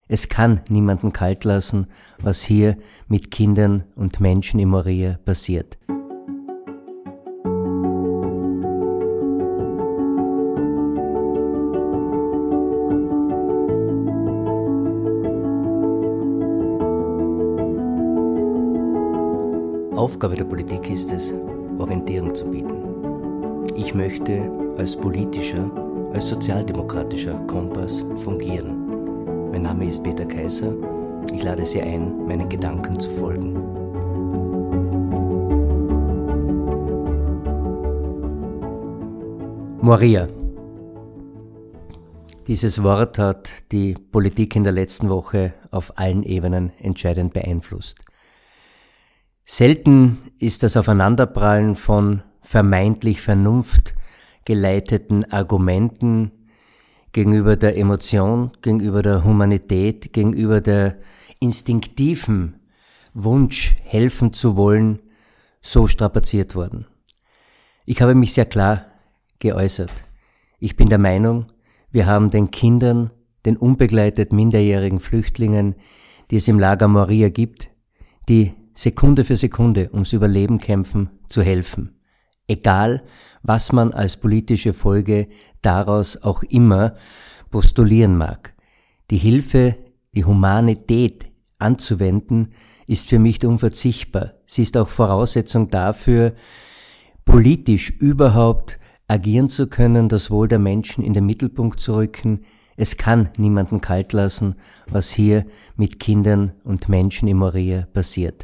Es kann niemanden kalt lassen, was hier mit Kindern und Menschen in Moria passiert. Aufgabe der Politik ist es, Orientierung zu bieten. Ich möchte als politischer, als sozialdemokratischer Kompass fungieren. Mein Name ist Peter Kaiser. Ich lade Sie ein, meinen Gedanken zu folgen. Moria. Dieses Wort hat die Politik in der letzten Woche auf allen Ebenen entscheidend beeinflusst. Selten ist das Aufeinanderprallen von vermeintlich vernunftgeleiteten Argumenten gegenüber der Emotion, gegenüber der Humanität, gegenüber der instinktiven Wunsch, helfen zu wollen, so strapaziert worden. Ich habe mich sehr klar geäußert. Ich bin der Meinung, wir haben den Kindern, den unbegleitet minderjährigen Flüchtlingen, die es im Lager Moria gibt, die Sekunde für Sekunde ums Überleben kämpfen, zu helfen. Egal, was man als politische Folge daraus auch immer postulieren mag. Die Hilfe, die Humanität anzuwenden, ist für mich unverzichtbar. Sie ist auch Voraussetzung dafür, politisch überhaupt agieren zu können, das Wohl der Menschen in den Mittelpunkt zu rücken. Es kann niemanden kalt lassen, was hier mit Kindern und Menschen in Moria passiert.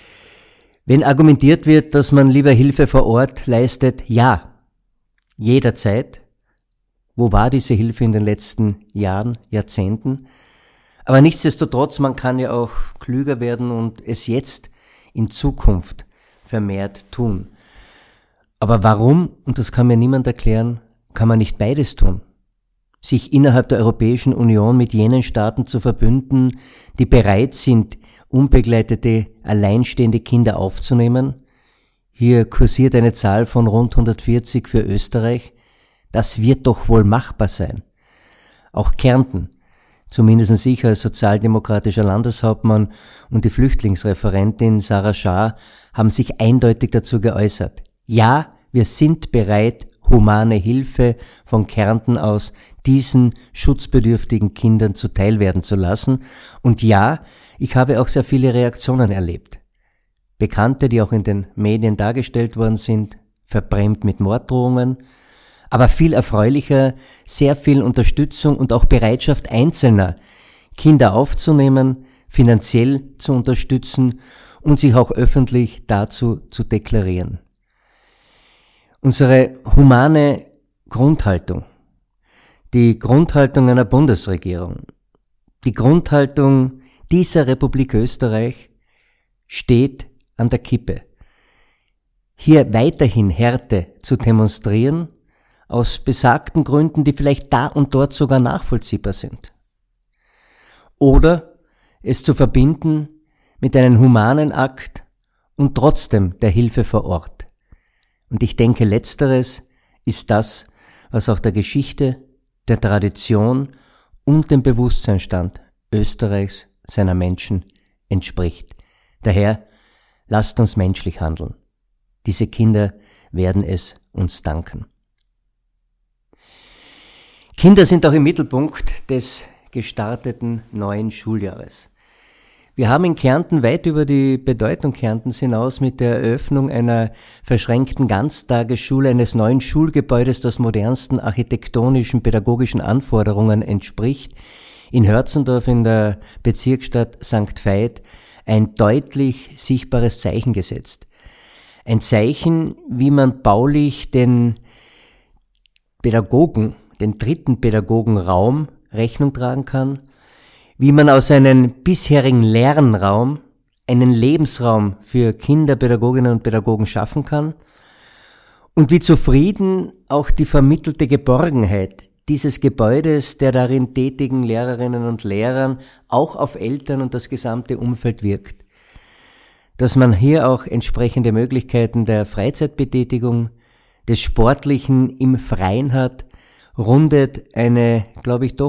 Wenn argumentiert wird, dass man lieber Hilfe vor Ort leistet, ja, jederzeit. Wo war diese Hilfe in den letzten Jahren, Jahrzehnten? Aber nichtsdestotrotz, man kann ja auch klüger werden und es jetzt in Zukunft vermehrt tun. Aber warum, und das kann mir niemand erklären, kann man nicht beides tun? Sich innerhalb der Europäischen Union mit jenen Staaten zu verbünden, die bereit sind, unbegleitete, alleinstehende Kinder aufzunehmen. Hier kursiert eine Zahl von rund 140 für Österreich. Das wird doch wohl machbar sein. Auch Kärnten, zumindest ich als sozialdemokratischer Landeshauptmann und die Flüchtlingsreferentin Sarah Schaar haben sich eindeutig dazu geäußert. Ja, wir sind bereit, humane Hilfe von Kärnten aus diesen schutzbedürftigen Kindern zuteilwerden zu lassen. Und ja, ich habe auch sehr viele Reaktionen erlebt. Bekannte, die auch in den Medien dargestellt worden sind, verbrämt mit Morddrohungen, aber viel erfreulicher, sehr viel Unterstützung und auch Bereitschaft Einzelner, Kinder aufzunehmen, finanziell zu unterstützen und sich auch öffentlich dazu zu deklarieren. Unsere humane Grundhaltung, die Grundhaltung einer Bundesregierung, die Grundhaltung dieser Republik Österreich steht an der Kippe. Hier weiterhin Härte zu demonstrieren, aus besagten Gründen, die vielleicht da und dort sogar nachvollziehbar sind. Oder es zu verbinden mit einem humanen Akt und trotzdem der Hilfe vor Ort. Und ich denke, letzteres ist das, was auch der Geschichte, der Tradition und dem Bewusstseinsstand Österreichs, seiner Menschen entspricht. Daher, lasst uns menschlich handeln. Diese Kinder werden es uns danken. Kinder sind auch im Mittelpunkt des gestarteten neuen Schuljahres. Wir haben in Kärnten weit über die Bedeutung Kärntens hinaus mit der Eröffnung einer verschränkten Ganztagesschule, eines neuen Schulgebäudes, das modernsten architektonischen, pädagogischen Anforderungen entspricht, in Hörzendorf in der Bezirksstadt St. Veit ein deutlich sichtbares Zeichen gesetzt. Ein Zeichen, wie man baulich den Pädagogen, den dritten Pädagogenraum Rechnung tragen kann, wie man aus einem bisherigen Lernraum einen Lebensraum für Kinder, Pädagoginnen und Pädagogen schaffen kann und wie zufrieden auch die vermittelte Geborgenheit dieses Gebäudes, der darin tätigen Lehrerinnen und Lehrern, auch auf Eltern und das gesamte Umfeld wirkt. Dass man hier auch entsprechende Möglichkeiten der Freizeitbetätigung, des Sportlichen im Freien hat, rundet eine, glaube ich, doch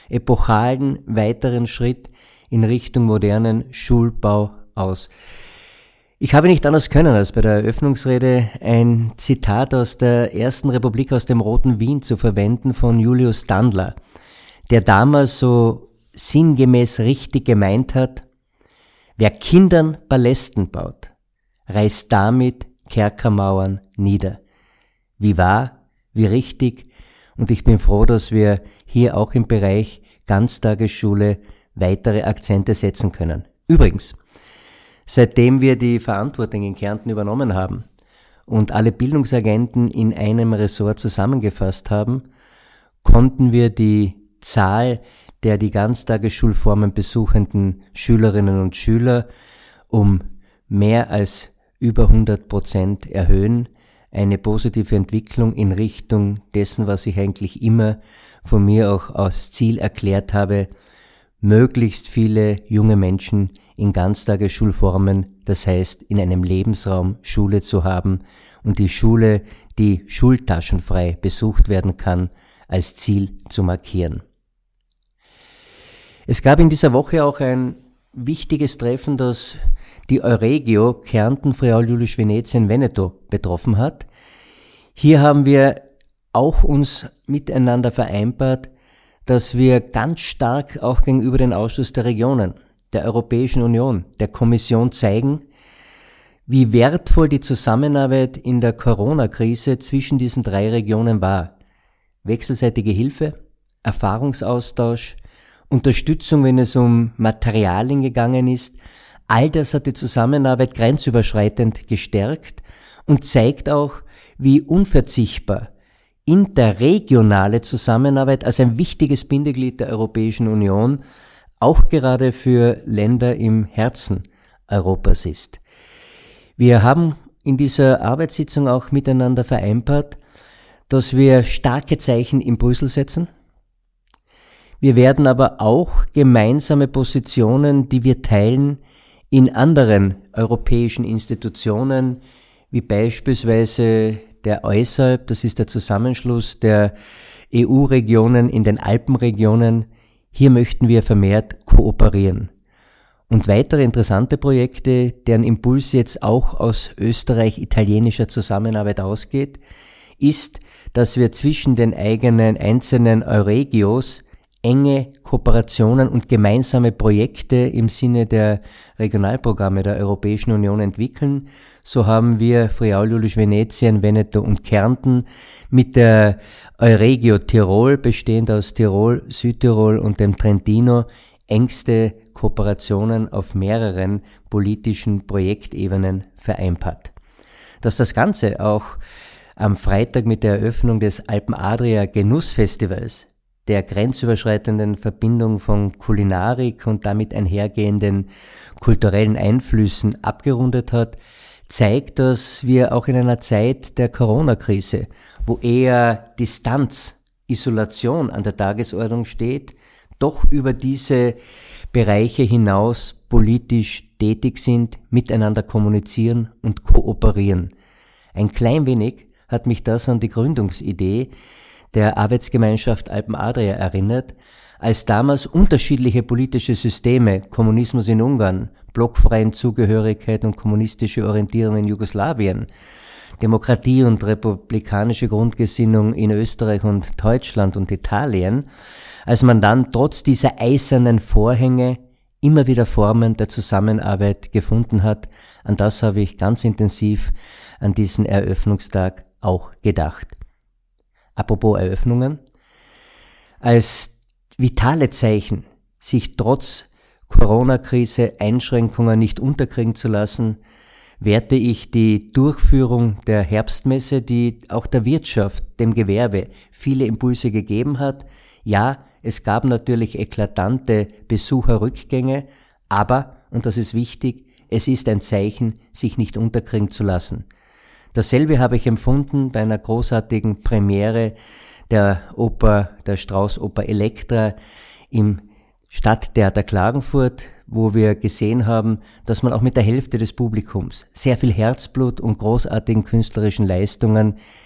epochalen weiteren Schritt in Richtung modernen Schulbau aus. Ich habe nicht anders können, als bei der Eröffnungsrede ein Zitat aus der Ersten Republik aus dem Roten Wien zu verwenden von Julius Standler, der damals so sinngemäß richtig gemeint hat: Wer Kindern Palästen baut, reißt damit Kerkermauern nieder. Wie wahr, wie richtig, und ich bin froh, dass wir hier auch im Bereich Ganztagesschule weitere Akzente setzen können. Übrigens, seitdem wir die Verantwortung in Kärnten übernommen haben und alle Bildungsagenten in einem Ressort zusammengefasst haben, konnten wir die Zahl der die Ganztagesschulformen besuchenden Schülerinnen und Schüler um mehr als über 100% erhöhen. Eine positive Entwicklung in Richtung dessen, was ich eigentlich immer von mir auch als Ziel erklärt habe: möglichst viele junge Menschen in Ganztagesschulformen, das heißt in einem Lebensraum Schule zu haben und die Schule, die schultaschenfrei besucht werden kann, als Ziel zu markieren. Es gab in dieser Woche auch ein wichtiges Treffen, das die Euregio Kärnten, Friaul Julisch Venetien, Veneto betroffen hat. Hier haben wir auch uns miteinander vereinbart, dass wir ganz stark auch gegenüber den Ausschuss der Regionen, der Europäischen Union, der Kommission zeigen, wie wertvoll die Zusammenarbeit in der Corona-Krise zwischen diesen 3 Regionen war. Wechselseitige Hilfe, Erfahrungsaustausch, Unterstützung, wenn es um Materialien gegangen ist. All das hat die Zusammenarbeit grenzüberschreitend gestärkt und zeigt auch, wie unverzichtbar interregionale Zusammenarbeit als ein wichtiges Bindeglied der Europäischen Union auch gerade für Länder im Herzen Europas ist. Wir haben in dieser Arbeitssitzung auch miteinander vereinbart, dass wir starke Zeichen in Brüssel setzen. Wir werden aber auch gemeinsame Positionen, die wir teilen, in anderen europäischen Institutionen, wie beispielsweise der EUSALP, das ist der Zusammenschluss der EU-Regionen in den Alpenregionen. Hier möchten wir vermehrt kooperieren. Und weitere interessante Projekte, deren Impuls jetzt auch aus österreich-italienischer Zusammenarbeit ausgeht, ist, dass wir zwischen den eigenen einzelnen Euregios enge Kooperationen und gemeinsame Projekte im Sinne der Regionalprogramme der Europäischen Union entwickeln. So haben wir Friaul Julisch Venetien, Veneto und Kärnten mit der Euregio Tirol, bestehend aus Tirol, Südtirol und dem Trentino, engste Kooperationen auf mehreren politischen Projektebenen vereinbart. Dass das Ganze auch am Freitag mit der Eröffnung des Alpen-Adria Genussfestivals, der grenzüberschreitenden Verbindung von Kulinarik und damit einhergehenden kulturellen Einflüssen abgerundet hat, zeigt, dass wir auch in einer Zeit der Corona-Krise, wo eher Distanz, Isolation an der Tagesordnung steht, doch über diese Bereiche hinaus politisch tätig sind, miteinander kommunizieren und kooperieren. Ein klein wenig hat mich das an die Gründungsidee der Arbeitsgemeinschaft Alpen-Adria erinnert, als damals unterschiedliche politische Systeme, Kommunismus in Ungarn, blockfreien Zugehörigkeit und kommunistische Orientierung in Jugoslawien, Demokratie und republikanische Grundgesinnung in Österreich und Deutschland und Italien, als man dann trotz dieser eisernen Vorhänge immer wieder Formen der Zusammenarbeit gefunden hat. An das habe ich ganz intensiv an diesen Eröffnungstag auch gedacht. Apropos Eröffnungen, als vitale Zeichen, sich trotz Corona-Krise Einschränkungen nicht unterkriegen zu lassen, werte ich die Durchführung der Herbstmesse, die auch der Wirtschaft, dem Gewerbe viele Impulse gegeben hat. Ja, es gab natürlich eklatante Besucherrückgänge, aber, und das ist wichtig, es ist ein Zeichen, sich nicht unterkriegen zu lassen. Dasselbe habe ich empfunden bei einer großartigen Premiere der Strauß-Oper Elektra im Stadttheater Klagenfurt, wo wir gesehen haben, dass man auch mit der Hälfte des Publikums sehr viel Herzblut und großartigen künstlerischen Leistungen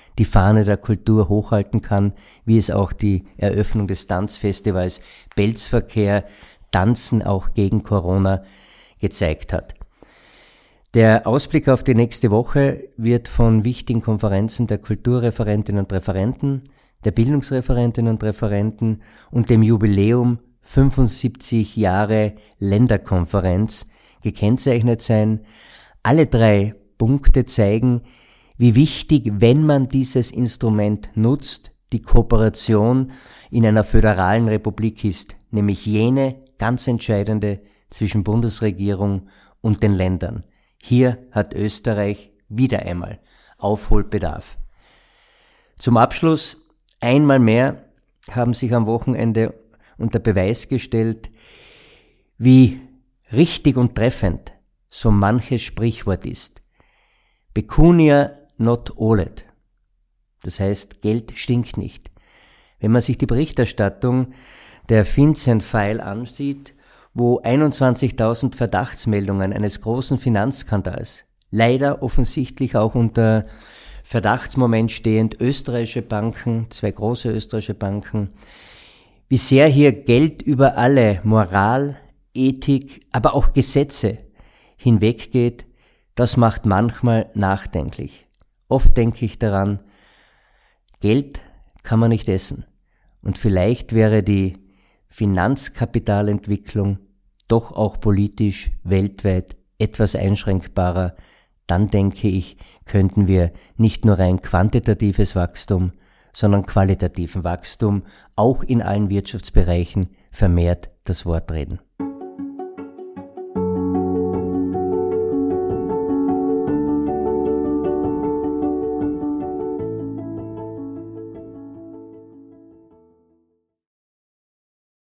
die Fahne der Kultur hochhalten kann, wie es auch die Eröffnung des Tanzfestivals Belzverkehr, Tanzen auch gegen Corona gezeigt hat. Der Ausblick auf die nächste Woche wird von wichtigen Konferenzen der Kulturreferentinnen und Referenten, der Bildungsreferentinnen und Referenten und dem Jubiläum 75 Jahre Länderkonferenz gekennzeichnet sein. Alle 3 Punkte zeigen, wie wichtig, wenn man dieses Instrument nutzt, die Kooperation in einer föderalen Republik ist, nämlich jene ganz entscheidende zwischen Bundesregierung und den Ländern. Hier hat Österreich wieder einmal Aufholbedarf. Zum Abschluss, einmal mehr haben sich am Wochenende unter Beweis gestellt, wie richtig und treffend so manches Sprichwort ist. Pecunia not olet. Das heißt, Geld stinkt nicht. Wenn man sich die Berichterstattung der FinCEN-File ansieht, wo 21.000 Verdachtsmeldungen eines großen Finanzskandals, leider offensichtlich auch unter Verdachtsmoment stehend österreichische Banken, 2 große österreichische Banken, wie sehr hier Geld über alle Moral, Ethik, aber auch Gesetze hinweggeht, das macht manchmal nachdenklich. Oft denke ich daran, Geld kann man nicht essen. Und vielleicht wäre die Finanzkapitalentwicklung doch auch politisch weltweit etwas einschränkbarer. Dann denke ich, könnten wir nicht nur rein quantitatives Wachstum, sondern qualitativen Wachstum auch in allen Wirtschaftsbereichen vermehrt das Wort reden.